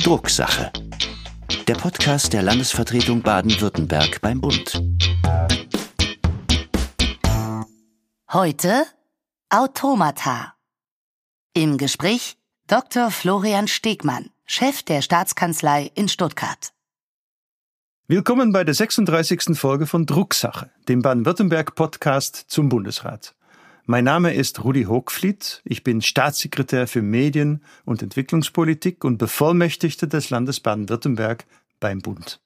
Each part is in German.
Drucksache. Der Podcast der Landesvertretung Baden-Württemberg beim Bund. Heute Automata. Im Gespräch Dr. Florian Stegmann, Chef der Staatskanzlei in Stuttgart. Willkommen bei der 36. Folge von Drucksache, dem Baden-Württemberg-Podcast zum Bundesrat. Mein Name ist Rudi Hochfliet, ich bin Staatssekretär für Medien- und Entwicklungspolitik und Bevollmächtigter des Landes Baden-Württemberg beim Bund.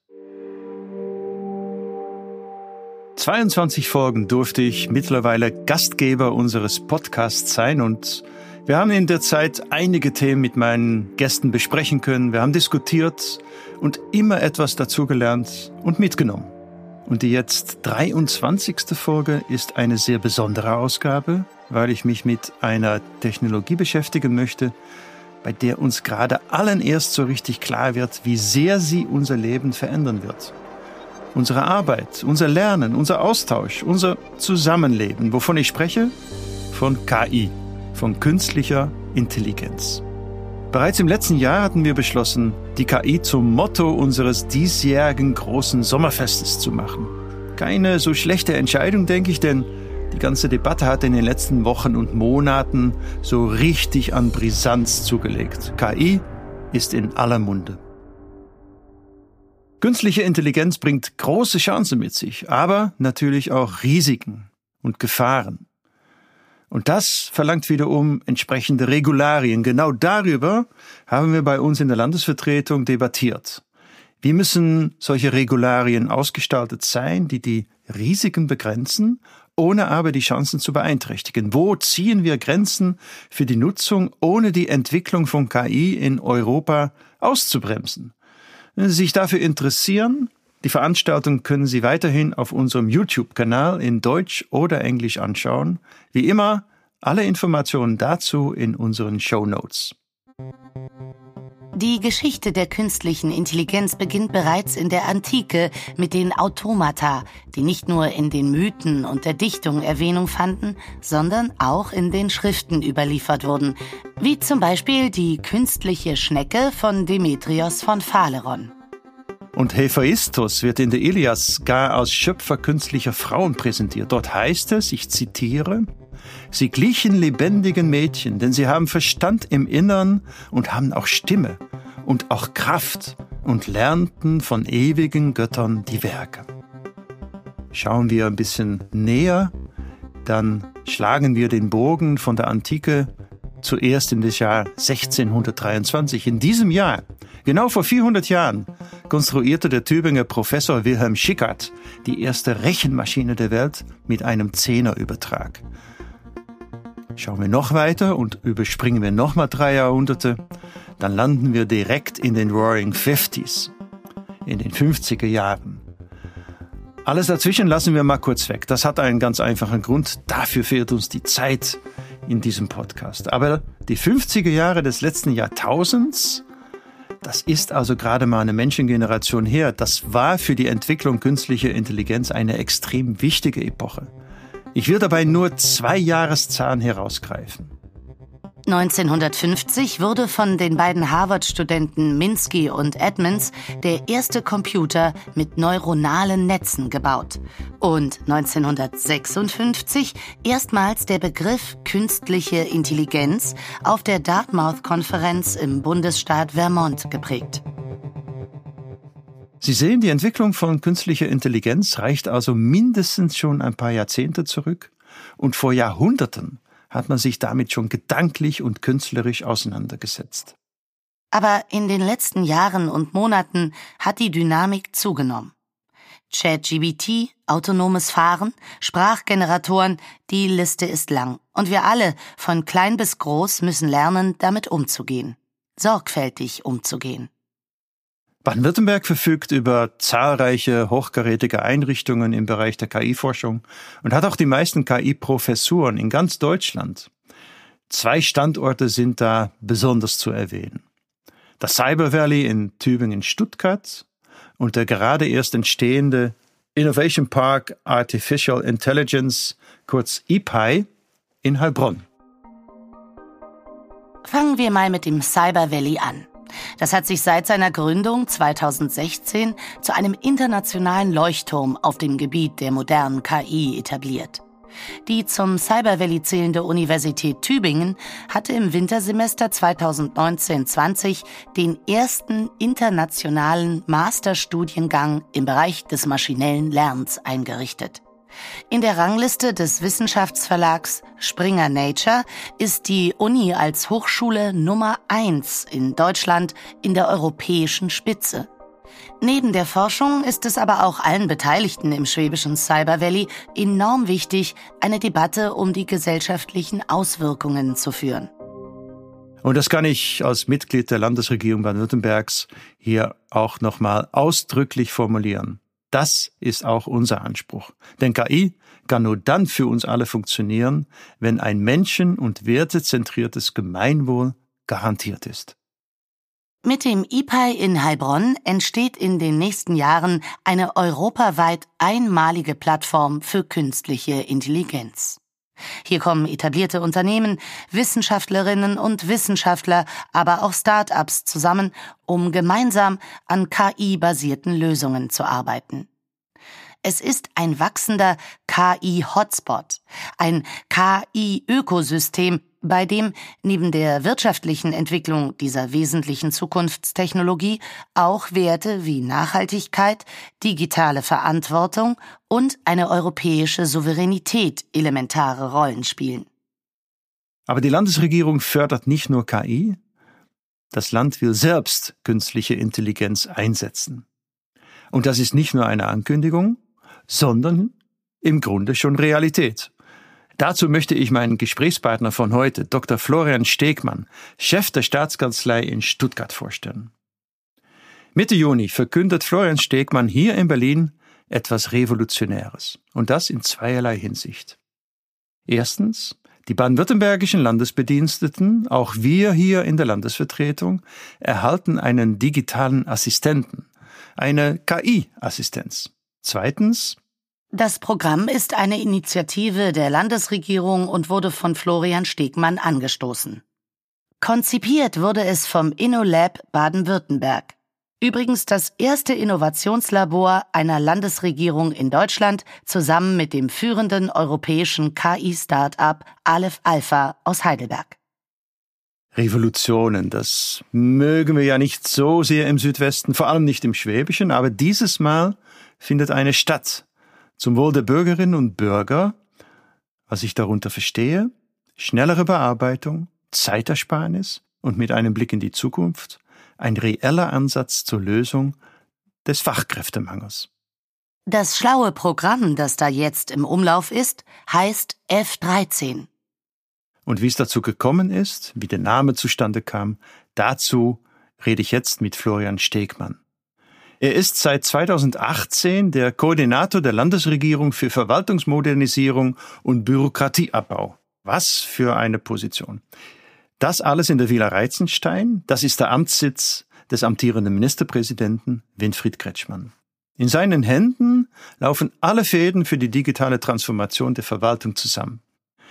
22 Folgen durfte ich mittlerweile Gastgeber unseres Podcasts sein und wir haben in der Zeit einige Themen mit meinen Gästen besprechen können. Wir haben diskutiert und immer etwas dazugelernt und mitgenommen. Und die jetzt 23. Folge ist eine sehr besondere Ausgabe, weil ich mich mit einer Technologie beschäftigen möchte, bei der uns gerade allen erst so richtig klar wird, wie sehr sie unser Leben verändern wird. Unsere Arbeit, unser Lernen, unser Austausch, unser Zusammenleben. Wovon ich spreche? Von KI, von künstlicher Intelligenz. Bereits im letzten Jahr hatten wir beschlossen, die KI zum Motto unseres diesjährigen großen Sommerfestes zu machen. Keine so schlechte Entscheidung, denke ich, denn die ganze Debatte hat in den letzten Wochen und Monaten so richtig an Brisanz zugelegt. KI ist in aller Munde. Künstliche Intelligenz bringt große Chancen mit sich, aber natürlich auch Risiken und Gefahren. Und das verlangt wiederum entsprechende Regularien. Genau darüber haben wir bei uns in der Landesvertretung debattiert. Wie müssen solche Regularien ausgestaltet sein, die die Risiken begrenzen, ohne aber die Chancen zu beeinträchtigen? Wo ziehen wir Grenzen für die Nutzung, ohne die Entwicklung von KI in Europa auszubremsen? Wenn Sie sich dafür interessieren, die Veranstaltung können Sie weiterhin auf unserem YouTube-Kanal in Deutsch oder Englisch anschauen. Wie immer, alle Informationen dazu in unseren Shownotes. Die Geschichte der künstlichen Intelligenz beginnt bereits in der Antike mit den Automata, die nicht nur in den Mythen und der Dichtung Erwähnung fanden, sondern auch in den Schriften überliefert wurden, wie zum Beispiel die künstliche Schnecke von Demetrios von Phaleron. Und Hephaistos wird in der Ilias gar als Schöpfer künstlicher Frauen präsentiert. Dort heißt es, ich zitiere, sie glichen lebendigen Mädchen, denn sie haben Verstand im Innern und haben auch Stimme und auch Kraft und lernten von ewigen Göttern die Werke. Schauen wir ein bisschen näher, dann schlagen wir den Bogen von der Antike zuerst in das Jahr 1623. In diesem Jahr, genau vor 400 Jahren, konstruierte der Tübinger Professor Wilhelm Schickard die erste Rechenmaschine der Welt mit einem Zehnerübertrag. Schauen wir noch weiter und überspringen wir nochmal 3 Jahrhunderte, dann landen wir direkt in den Roaring Fifties, in den 50er Jahren. Alles dazwischen lassen wir mal kurz weg. Das hat einen ganz einfachen Grund. Dafür fehlt uns die Zeit in diesem Podcast. Aber die 50er Jahre des letzten Jahrtausends, das ist also gerade mal eine Menschengeneration her. Das war für die Entwicklung künstlicher Intelligenz eine extrem wichtige Epoche. Ich will dabei nur 2 Jahreszahlen herausgreifen. 1950 wurde von den beiden Harvard-Studenten Minsky und Edmonds der erste Computer mit neuronalen Netzen gebaut. Und 1956 erstmals der Begriff künstliche Intelligenz auf der Dartmouth-Konferenz im Bundesstaat Vermont geprägt. Sie sehen, die Entwicklung von künstlicher Intelligenz reicht also mindestens schon ein paar Jahrzehnte zurück und vor Jahrhunderten hat man sich damit schon gedanklich und künstlerisch auseinandergesetzt. Aber in den letzten Jahren und Monaten hat die Dynamik zugenommen. ChatGPT, autonomes Fahren, Sprachgeneratoren, die Liste ist lang. Und wir alle, von klein bis groß, müssen lernen, damit umzugehen. Sorgfältig umzugehen. Baden-Württemberg verfügt über zahlreiche hochkarätige Einrichtungen im Bereich der KI-Forschung und hat auch die meisten KI-Professuren in ganz Deutschland. 2 Standorte sind da besonders zu erwähnen. Das Cyber Valley in Tübingen-Stuttgart und der gerade erst entstehende Innovation Park Artificial Intelligence, kurz IPAI, in Heilbronn. Fangen wir mal mit dem Cyber Valley an. Das hat sich seit seiner Gründung 2016 zu einem internationalen Leuchtturm auf dem Gebiet der modernen KI etabliert. Die zum Cyber Valley zählende Universität Tübingen hatte im Wintersemester 2019/20 den ersten internationalen Masterstudiengang im Bereich des maschinellen Lernens eingerichtet. In der Rangliste des Wissenschaftsverlags Springer Nature ist die Uni als Hochschule Nummer 1 in Deutschland in der europäischen Spitze. Neben der Forschung ist es aber auch allen Beteiligten im schwäbischen Cyber Valley enorm wichtig, eine Debatte um die gesellschaftlichen Auswirkungen zu führen. Und das kann ich als Mitglied der Landesregierung Baden-Württembergs hier auch nochmal ausdrücklich formulieren. Das ist auch unser Anspruch. Denn KI kann nur dann für uns alle funktionieren, wenn ein menschen- und wertezentriertes Gemeinwohl garantiert ist. Mit dem IPAI in Heilbronn entsteht in den nächsten Jahren eine europaweit einmalige Plattform für künstliche Intelligenz. Hier kommen etablierte Unternehmen, Wissenschaftlerinnen und Wissenschaftler, aber auch Start-ups zusammen, um gemeinsam an KI-basierten Lösungen zu arbeiten. Es ist ein wachsender KI-Hotspot, ein KI-Ökosystem, bei dem neben der wirtschaftlichen Entwicklung dieser wesentlichen Zukunftstechnologie auch Werte wie Nachhaltigkeit, digitale Verantwortung und eine europäische Souveränität elementare Rollen spielen. Aber die Landesregierung fördert nicht nur KI, das Land will selbst künstliche Intelligenz einsetzen. Und das ist nicht nur eine Ankündigung, sondern im Grunde schon Realität. Dazu möchte ich meinen Gesprächspartner von heute, Dr. Florian Stegmann, Chef der Staatskanzlei in Stuttgart, vorstellen. Mitte Juni verkündet Florian Stegmann hier in Berlin etwas Revolutionäres. Und das in zweierlei Hinsicht. Erstens, die baden-württembergischen Landesbediensteten, auch wir hier in der Landesvertretung, erhalten einen digitalen Assistenten, eine KI-Assistenz. Zweitens, das Programm ist eine Initiative der Landesregierung und wurde von Florian Stegmann angestoßen. Konzipiert wurde es vom InnoLab Baden-Württemberg. Übrigens das erste Innovationslabor einer Landesregierung in Deutschland, zusammen mit dem führenden europäischen KI-Start-up Aleph Alpha aus Heidelberg. Revolutionen, das mögen wir ja nicht so sehr im Südwesten, vor allem nicht im Schwäbischen, aber dieses Mal findet eine statt. Zum Wohl der Bürgerinnen und Bürger, was ich darunter verstehe, schnellere Bearbeitung, Zeitersparnis und mit einem Blick in die Zukunft ein reeller Ansatz zur Lösung des Fachkräftemangels. Das schlaue Programm, das da jetzt im Umlauf ist, heißt F13. Und wie es dazu gekommen ist, wie der Name zustande kam, dazu rede ich jetzt mit Florian Stegmann. Er ist seit 2018 der Koordinator der Landesregierung für Verwaltungsmodernisierung und Bürokratieabbau. Was für eine Position. Das alles in der Villa Reitzenstein, das ist der Amtssitz des amtierenden Ministerpräsidenten Winfried Kretschmann. In seinen Händen laufen alle Fäden für die digitale Transformation der Verwaltung zusammen.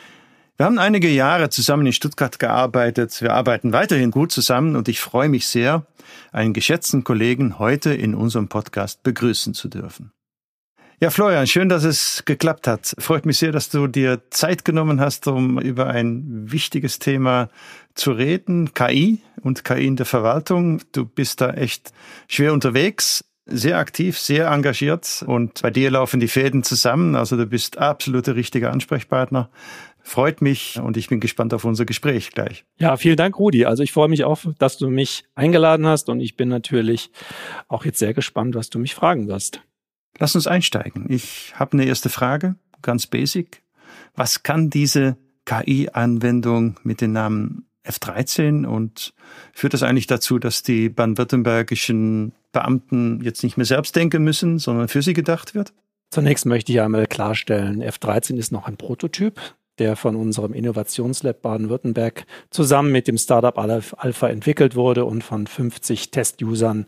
Wir haben einige Jahre zusammen in Stuttgart gearbeitet. Wir arbeiten weiterhin gut zusammen und ich freue mich sehr, einen geschätzten Kollegen heute in unserem Podcast begrüßen zu dürfen. Ja, Florian, schön, dass es geklappt hat. Freut mich sehr, dass du dir Zeit genommen hast, um über ein wichtiges Thema zu reden. KI und KI in der Verwaltung. Du bist da echt schwer unterwegs, sehr aktiv, sehr engagiert und bei dir laufen die Fäden zusammen. Also du bist absolut der richtige Ansprechpartner. Freut mich und ich bin gespannt auf unser Gespräch gleich. Ja, vielen Dank, Rudi. Also ich freue mich auch, dass du mich eingeladen hast und ich bin natürlich auch jetzt sehr gespannt, was du mich fragen wirst. Lass uns einsteigen. Ich habe eine erste Frage, ganz basic. Was kann diese KI-Anwendung mit dem Namen F13 und führt das eigentlich dazu, dass die baden-württembergischen Beamten jetzt nicht mehr selbst denken müssen, sondern für sie gedacht wird? Zunächst möchte ich einmal klarstellen, F13 ist noch ein Prototyp, der von unserem Innovationslab Baden-Württemberg zusammen mit dem Startup Aleph Alpha entwickelt wurde und von 50 Test-Usern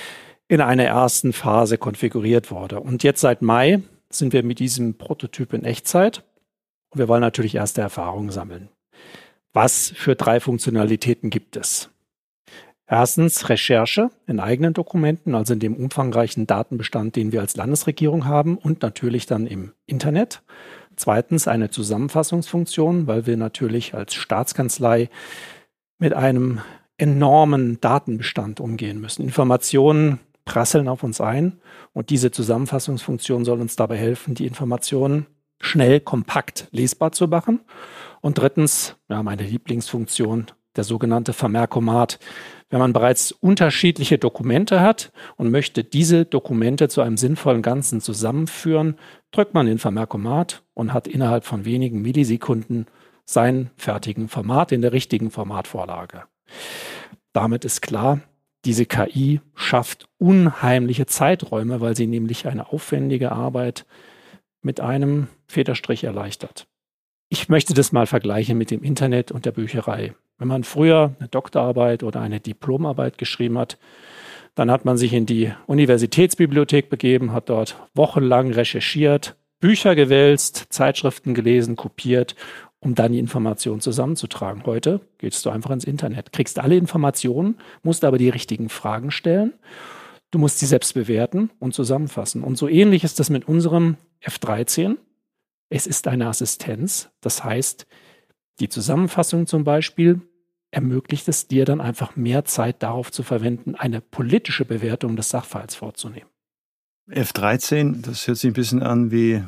in einer ersten Phase konfiguriert wurde. Und jetzt seit Mai sind wir mit diesem Prototyp in Echtzeit und wir wollen natürlich erste Erfahrungen sammeln. Was für 3 Funktionalitäten gibt es? Erstens Recherche in eigenen Dokumenten, also in dem umfangreichen Datenbestand, den wir als Landesregierung haben und natürlich dann im Internet. Zweitens eine Zusammenfassungsfunktion, weil wir natürlich als Staatskanzlei mit einem enormen Datenbestand umgehen müssen. Informationen prasseln auf uns ein und diese Zusammenfassungsfunktion soll uns dabei helfen, die Informationen schnell, kompakt lesbar zu machen. Und drittens, meine Lieblingsfunktion, der sogenannte Vermerkomat. Wenn man bereits unterschiedliche Dokumente hat und möchte diese Dokumente zu einem sinnvollen Ganzen zusammenführen, drückt man den Vermerkomat und hat innerhalb von wenigen Millisekunden seinen fertigen Format in der richtigen Formatvorlage. Damit ist klar, diese KI schafft unheimliche Zeiträume, weil sie nämlich eine aufwendige Arbeit mit einem Federstrich erleichtert. Ich möchte das mal vergleichen mit dem Internet und der Bücherei. Wenn man früher eine Doktorarbeit oder eine Diplomarbeit geschrieben hat, dann hat man sich in die Universitätsbibliothek begeben, hat dort wochenlang recherchiert, Bücher gewälzt, Zeitschriften gelesen, kopiert, um dann die Informationen zusammenzutragen. Heute gehst du einfach ins Internet, kriegst alle Informationen, musst aber die richtigen Fragen stellen. Du musst sie selbst bewerten und zusammenfassen. Und so ähnlich ist das mit unserem F13. Es ist eine Assistenz. Das heißt, die Zusammenfassung zum Beispiel ermöglicht es dir dann einfach mehr Zeit darauf zu verwenden, eine politische Bewertung des Sachverhalts vorzunehmen. F13, das hört sich ein bisschen an wie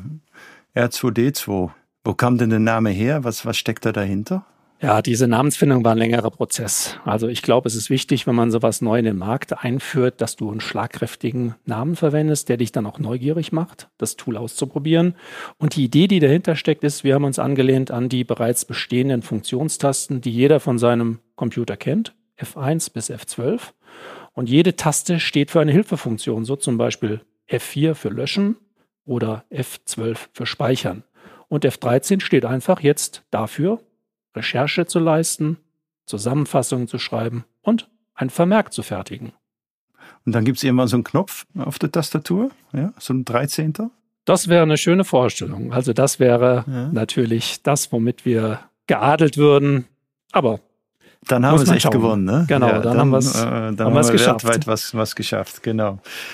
R2D2. Wo kam denn der Name her? Was steckt da dahinter? Ja, diese Namensfindung war ein längerer Prozess. Also ich glaube, es ist wichtig, wenn man sowas neu in den Markt einführt, dass du einen schlagkräftigen Namen verwendest, der dich dann auch neugierig macht, das Tool auszuprobieren. Und die Idee, die dahinter steckt, ist, wir haben uns angelehnt an die bereits bestehenden Funktionstasten, die jeder von seinem Computer kennt, F1 bis F12. Und jede Taste steht für eine Hilfefunktion, so zum Beispiel F4 für Löschen oder F12 für Speichern. Und F13 steht einfach jetzt dafür, Recherche zu leisten, Zusammenfassungen zu schreiben und einen Vermerk zu fertigen. Und dann gibt es irgendwann so einen Knopf auf der Tastatur, ja, so ein 13. Das wäre eine schöne Vorstellung. Also das wäre natürlich das, womit wir geadelt würden. Aber dann haben wir es echt gewonnen, ne? Genau, ja, dann haben wir es geschafft. Weltweit was geschafft, genau.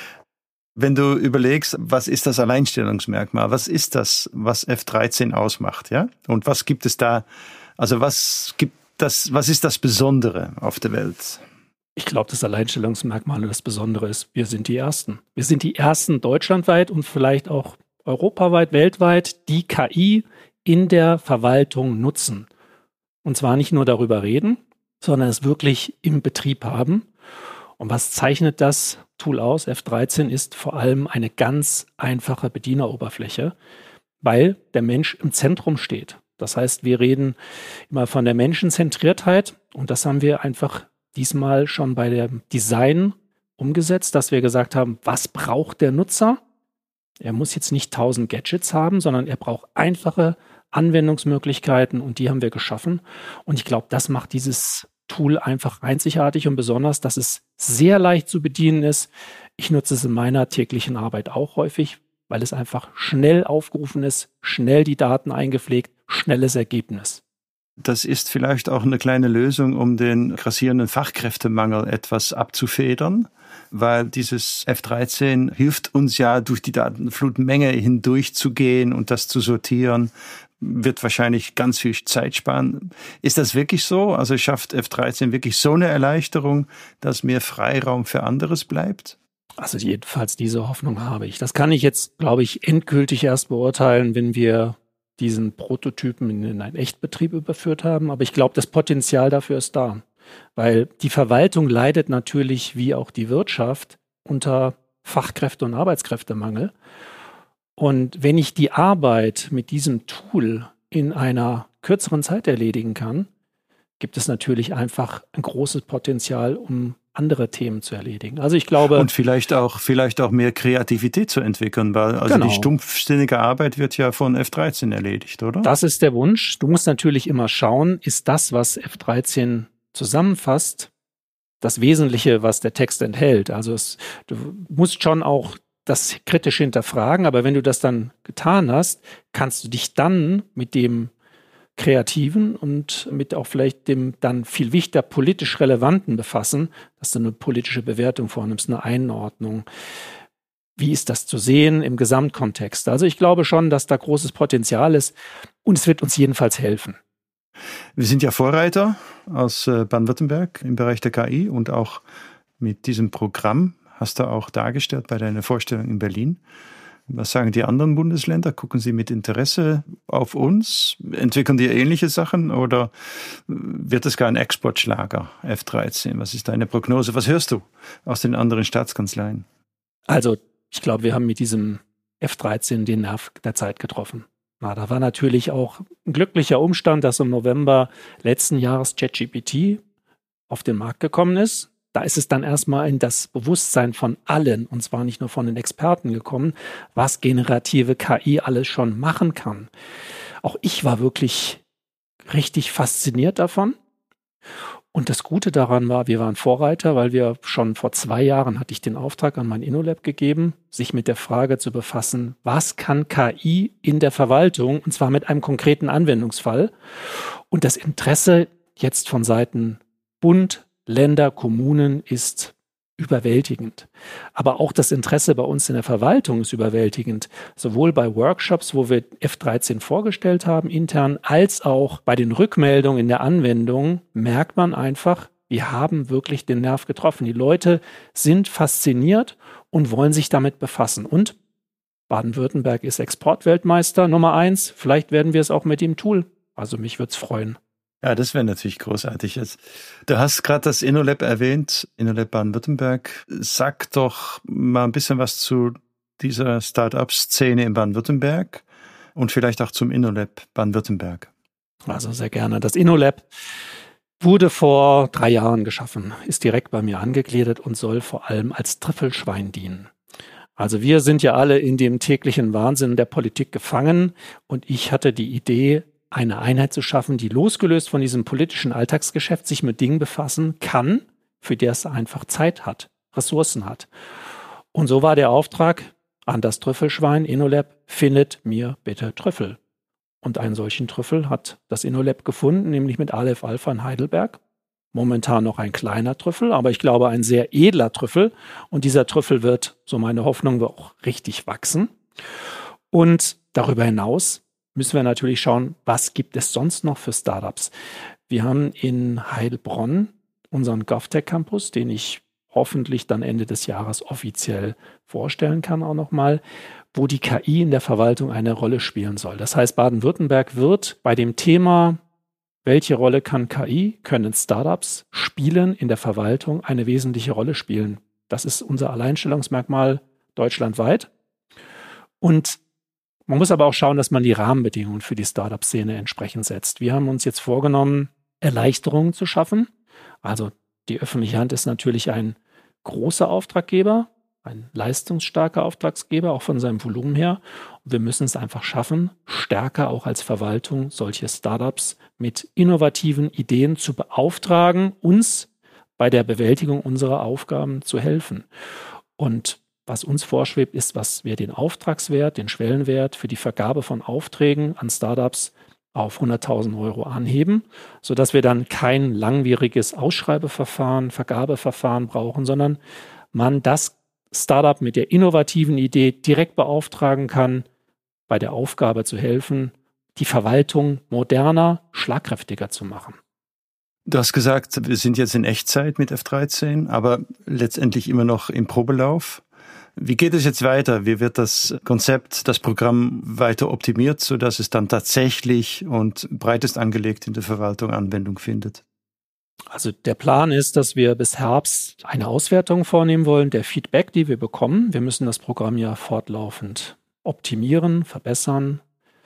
Wenn du überlegst, was ist das Alleinstellungsmerkmal? Was ist das, was F13 ausmacht, ja? Und was gibt es da? Also was ist das Besondere auf der Welt? Ich glaube, das Alleinstellungsmerkmal und das Besondere ist, wir sind die Ersten. Wir sind die Ersten deutschlandweit und vielleicht auch europaweit, weltweit, die KI in der Verwaltung nutzen. Und zwar nicht nur darüber reden, sondern es wirklich im Betrieb haben. Und was zeichnet das Tool aus? F13 ist vor allem eine ganz einfache Bedieneroberfläche, weil der Mensch im Zentrum steht. Das heißt, wir reden immer von der Menschenzentriertheit und das haben wir einfach diesmal schon bei dem Design umgesetzt, dass wir gesagt haben, was braucht der Nutzer? Er muss jetzt nicht 1000 Gadgets haben, sondern er braucht einfache Anwendungsmöglichkeiten und die haben wir geschaffen. Und ich glaube, das macht dieses Tool einfach einzigartig und besonders, dass es sehr leicht zu bedienen ist. Ich nutze es in meiner täglichen Arbeit auch häufig, weil es einfach schnell aufgerufen ist, schnell die Daten eingepflegt, schnelles Ergebnis. Das ist vielleicht auch eine kleine Lösung, um den grassierenden Fachkräftemangel etwas abzufedern, weil dieses F13 hilft uns ja, durch die Datenflutmenge hindurchzugehen und das zu sortieren, wird wahrscheinlich ganz viel Zeit sparen. Ist das wirklich so? Also schafft F13 wirklich so eine Erleichterung, dass mehr Freiraum für anderes bleibt? Also jedenfalls diese Hoffnung habe ich. Das kann ich jetzt, glaube ich, endgültig erst beurteilen, wenn wir diesen Prototypen in einen Echtbetrieb überführt haben. Aber ich glaube, das Potenzial dafür ist da. Weil die Verwaltung leidet natürlich, wie auch die Wirtschaft, unter Fachkräfte- und Arbeitskräftemangel. Und wenn ich die Arbeit mit diesem Tool in einer kürzeren Zeit erledigen kann, gibt es natürlich einfach ein großes Potenzial, um andere Themen zu erledigen. Also ich glaube... Und vielleicht auch mehr Kreativität zu entwickeln, weil die stumpfsinnige Arbeit wird ja von F13 erledigt, oder? Das ist der Wunsch. Du musst natürlich immer schauen, ist das, was F13 zusammenfasst, das Wesentliche, was der Text enthält. Also du musst schon auch das kritisch hinterfragen, aber wenn du das dann getan hast, kannst du dich dann mit dem Kreativen und mit auch vielleicht dem dann viel wichtiger politisch Relevanten befassen, dass du eine politische Bewertung vornimmst, eine Einordnung. Wie ist das zu sehen im Gesamtkontext? Also ich glaube schon, dass da großes Potenzial ist und es wird uns jedenfalls helfen. Wir sind ja Vorreiter aus Baden-Württemberg im Bereich der KI und auch mit diesem Programm hast du auch dargestellt bei deiner Vorstellung in Berlin. Was sagen die anderen Bundesländer? Gucken sie mit Interesse auf uns? Entwickeln die ähnliche Sachen oder wird es gar ein Exportschlager, F-13? Was ist deine Prognose? Was hörst du aus den anderen Staatskanzleien? Also ich glaube, wir haben mit diesem F-13 den Nerv der Zeit getroffen. Da war natürlich auch ein glücklicher Umstand, dass im November letzten Jahres ChatGPT auf den Markt gekommen ist. Da ist es dann erstmal in das Bewusstsein von allen, und zwar nicht nur von den Experten gekommen, was generative KI alles schon machen kann. Auch ich war wirklich richtig fasziniert davon. Und das Gute daran war, wir waren Vorreiter, weil wir schon vor 2 Jahren hatte ich den Auftrag an mein InnoLab gegeben, sich mit der Frage zu befassen, was kann KI in der Verwaltung, und zwar mit einem konkreten Anwendungsfall. Und das Interesse jetzt von Seiten Bund, Länder, Kommunen ist überwältigend. Aber auch das Interesse bei uns in der Verwaltung ist überwältigend. Sowohl bei Workshops, wo wir F-13 vorgestellt haben, intern, als auch bei den Rückmeldungen in der Anwendung merkt man einfach, wir haben wirklich den Nerv getroffen. Die Leute sind fasziniert und wollen sich damit befassen. Und Baden-Württemberg ist Exportweltmeister Nummer 1. Vielleicht werden wir es auch mit dem Tool. Also mich würde es freuen. Ja, das wäre natürlich großartig jetzt. Du hast gerade das InnoLab erwähnt, InnoLab Baden-Württemberg. Sag doch mal ein bisschen was zu dieser Start-up-Szene in Baden-Württemberg und vielleicht auch zum InnoLab Baden-Württemberg. Also sehr gerne. Das InnoLab wurde vor 3 Jahren geschaffen, ist direkt bei mir angegliedert und soll vor allem als Trüffelschwein dienen. Also wir sind ja alle in dem täglichen Wahnsinn der Politik gefangen und ich hatte die Idee, eine Einheit zu schaffen, die losgelöst von diesem politischen Alltagsgeschäft sich mit Dingen befassen kann, für die es einfach Zeit hat, Ressourcen hat. Und so war der Auftrag an das Trüffelschwein, InnoLab, findet mir bitte Trüffel. Und einen solchen Trüffel hat das InnoLab gefunden, nämlich mit Aleph Alpha in Heidelberg. Momentan noch ein kleiner Trüffel, aber ich glaube ein sehr edler Trüffel. Und dieser Trüffel wird, so meine Hoffnung, auch richtig wachsen. Und darüber hinaus müssen wir natürlich schauen, was gibt es sonst noch für Startups. Wir haben in Heilbronn unseren GovTech Campus, den ich hoffentlich dann Ende des Jahres offiziell vorstellen kann auch nochmal, wo die KI in der Verwaltung eine Rolle spielen soll. Das heißt, Baden-Württemberg wird bei dem Thema, welche Rolle kann KI, können Startups spielen in der Verwaltung, eine wesentliche Rolle spielen. Das ist unser Alleinstellungsmerkmal deutschlandweit. Und man muss aber auch schauen, dass man die Rahmenbedingungen für die Startup-Szene entsprechend setzt. Wir haben uns jetzt vorgenommen, Erleichterungen zu schaffen. Also die öffentliche Hand ist natürlich ein großer Auftraggeber, ein leistungsstarker Auftraggeber, auch von seinem Volumen her. Und wir müssen es einfach schaffen, stärker auch als Verwaltung solche Startups mit innovativen Ideen zu beauftragen, uns bei der Bewältigung unserer Aufgaben zu helfen. Und was uns vorschwebt, ist, was wir den Auftragswert, den Schwellenwert für die Vergabe von Aufträgen an Startups auf 100.000 Euro anheben, sodass wir dann kein langwieriges Ausschreibeverfahren, Vergabeverfahren brauchen, sondern man das Startup mit der innovativen Idee direkt beauftragen kann, bei der Aufgabe zu helfen, die Verwaltung moderner, schlagkräftiger zu machen. Du hast gesagt, wir sind jetzt in Echtzeit mit F-13, aber letztendlich immer noch im Probelauf. Wie geht es jetzt weiter? Wie wird das Konzept, das Programm weiter optimiert, sodass es dann tatsächlich und breitest angelegt in der Verwaltung Anwendung findet? Also der Plan ist, dass wir bis Herbst eine Auswertung vornehmen wollen, der Feedback, die wir bekommen. Wir müssen das Programm ja fortlaufend optimieren, verbessern.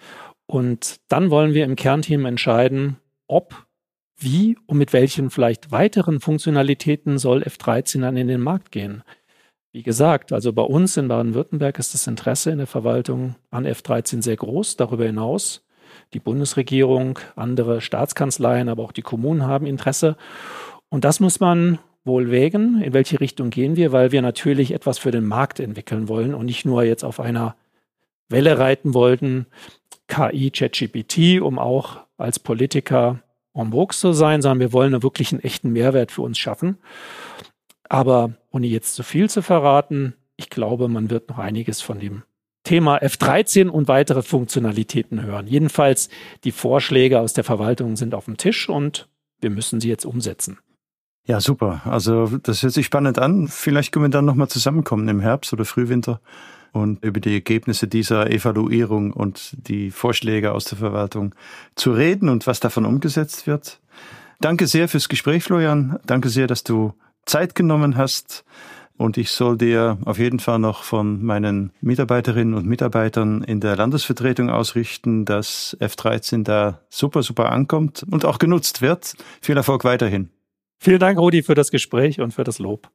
Und dann wollen wir im Kernteam entscheiden, ob, wie und mit welchen vielleicht weiteren Funktionalitäten soll F-13 dann in den Markt gehen. Wie gesagt, also bei uns in Baden-Württemberg ist das Interesse in der Verwaltung an F-13 sehr groß. Darüber hinaus die Bundesregierung, andere Staatskanzleien, aber auch die Kommunen haben Interesse. Und das muss man wohl wägen, in welche Richtung gehen wir, weil wir natürlich etwas für den Markt entwickeln wollen und nicht nur jetzt auf einer Welle reiten wollten, KI, ChatGPT, um auch als Politiker en vogue zu sein, sondern wir wollen wirklich einen echten Mehrwert für uns schaffen. Aber ohne jetzt zu viel zu verraten, ich glaube, man wird noch einiges von dem Thema F13 und weitere Funktionalitäten hören. Jedenfalls die Vorschläge aus der Verwaltung sind auf dem Tisch und wir müssen sie jetzt umsetzen. Ja, super. Also das hört sich spannend an. Vielleicht können wir dann nochmal zusammenkommen im Herbst oder Frühwinter und über die Ergebnisse dieser Evaluierung und die Vorschläge aus der Verwaltung zu reden und was davon umgesetzt wird. Danke sehr fürs Gespräch, Florian. Danke sehr, dass du Zeit genommen hast. Und ich soll dir auf jeden Fall noch von meinen Mitarbeiterinnen und Mitarbeitern in der Landesvertretung ausrichten, dass F13 da super ankommt und auch genutzt wird. Viel Erfolg weiterhin. Vielen Dank, Rudi, für das Gespräch und für das Lob.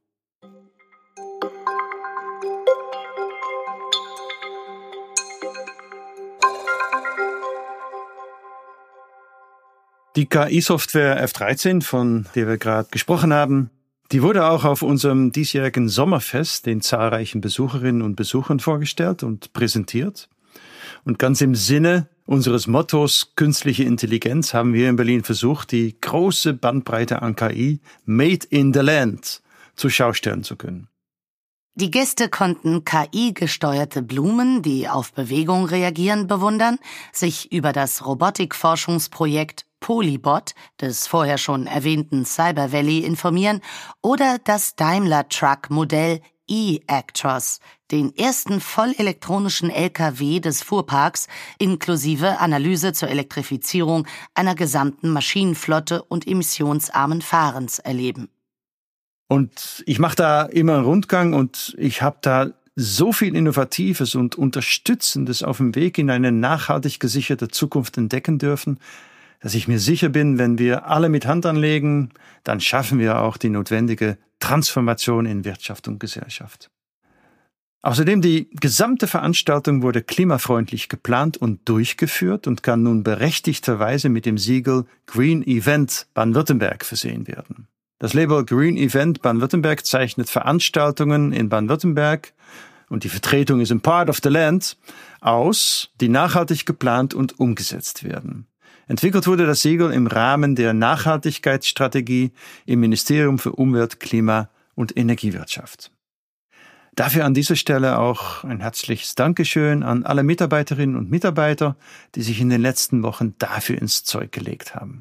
Die KI-Software F13, von der wir gerade gesprochen haben, die wurde auch auf unserem diesjährigen Sommerfest den zahlreichen Besucherinnen und Besuchern vorgestellt und präsentiert. Und ganz im Sinne unseres Mottos Künstliche Intelligenz haben wir in Berlin versucht, die große Bandbreite an KI made in the land zur Schau stellen zu können. Die Gäste konnten KI-gesteuerte Blumen, die auf Bewegung reagieren, bewundern, sich über das Robotikforschungsprojekt Polybot des vorher schon erwähnten Cyber Valley informieren oder das Daimler-Truck-Modell e-Actros, den ersten vollelektronischen LKW des Fuhrparks inklusive Analyse zur Elektrifizierung einer gesamten Maschinenflotte und emissionsarmen Fahrens erleben. Und ich mache da immer einen Rundgang und ich habe da so viel Innovatives und Unterstützendes auf dem Weg in eine nachhaltig gesicherte Zukunft entdecken dürfen, dass ich mir sicher bin, wenn wir alle mit Hand anlegen, dann schaffen wir auch die notwendige Transformation in Wirtschaft und Gesellschaft. Außerdem die gesamte Veranstaltung wurde klimafreundlich geplant und durchgeführt und kann nun berechtigterweise mit dem Siegel Green Event Baden-Württemberg versehen werden. Das Label Green Event Baden-Württemberg zeichnet Veranstaltungen in Baden-Württemberg, und die Vertretung ist in Part of the Land, aus, die nachhaltig geplant und umgesetzt werden. Entwickelt wurde das Siegel im Rahmen der Nachhaltigkeitsstrategie im Ministerium für Umwelt, Klima und Energiewirtschaft. Dafür an dieser Stelle auch ein herzliches Dankeschön an alle Mitarbeiterinnen und Mitarbeiter, die sich in den letzten Wochen dafür ins Zeug gelegt haben.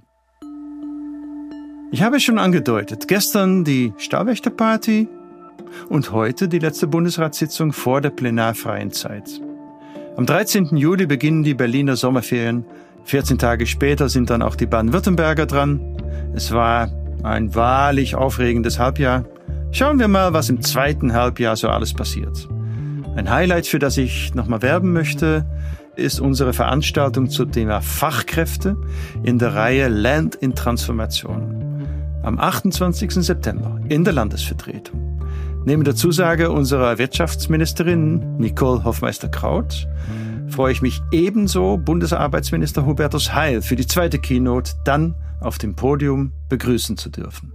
Ich habe es schon angedeutet, gestern die Staubwächterparty und heute die letzte Bundesratssitzung vor der plenarfreien Zeit. Am 13. Juli beginnen die Berliner Sommerferien. 14 Tage später sind dann auch die Baden-Württemberger dran. Es war ein wahrlich aufregendes Halbjahr. Schauen wir mal, was im zweiten Halbjahr so alles passiert. Ein Highlight, für das ich nochmal werben möchte, ist unsere Veranstaltung zum Thema Fachkräfte in der Reihe Land in Transformation. Am 28. September in der Landesvertretung. Neben der Zusage unserer Wirtschaftsministerin Nicole Hofmeister-Kraut freue ich mich ebenso, Bundesarbeitsminister Hubertus Heil für die zweite Keynote dann auf dem Podium begrüßen zu dürfen.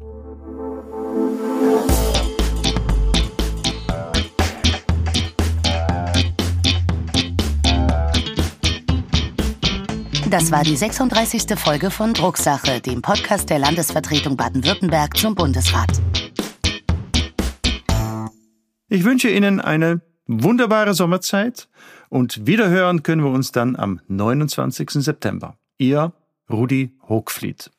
Das war die 36. Folge von Drucksache, dem Podcast der Landesvertretung Baden-Württemberg zum Bundesrat. Ich wünsche Ihnen eine wunderbare Sommerzeit und wiederhören können wir uns dann am 29. September. Ihr Rudi Hochfliet.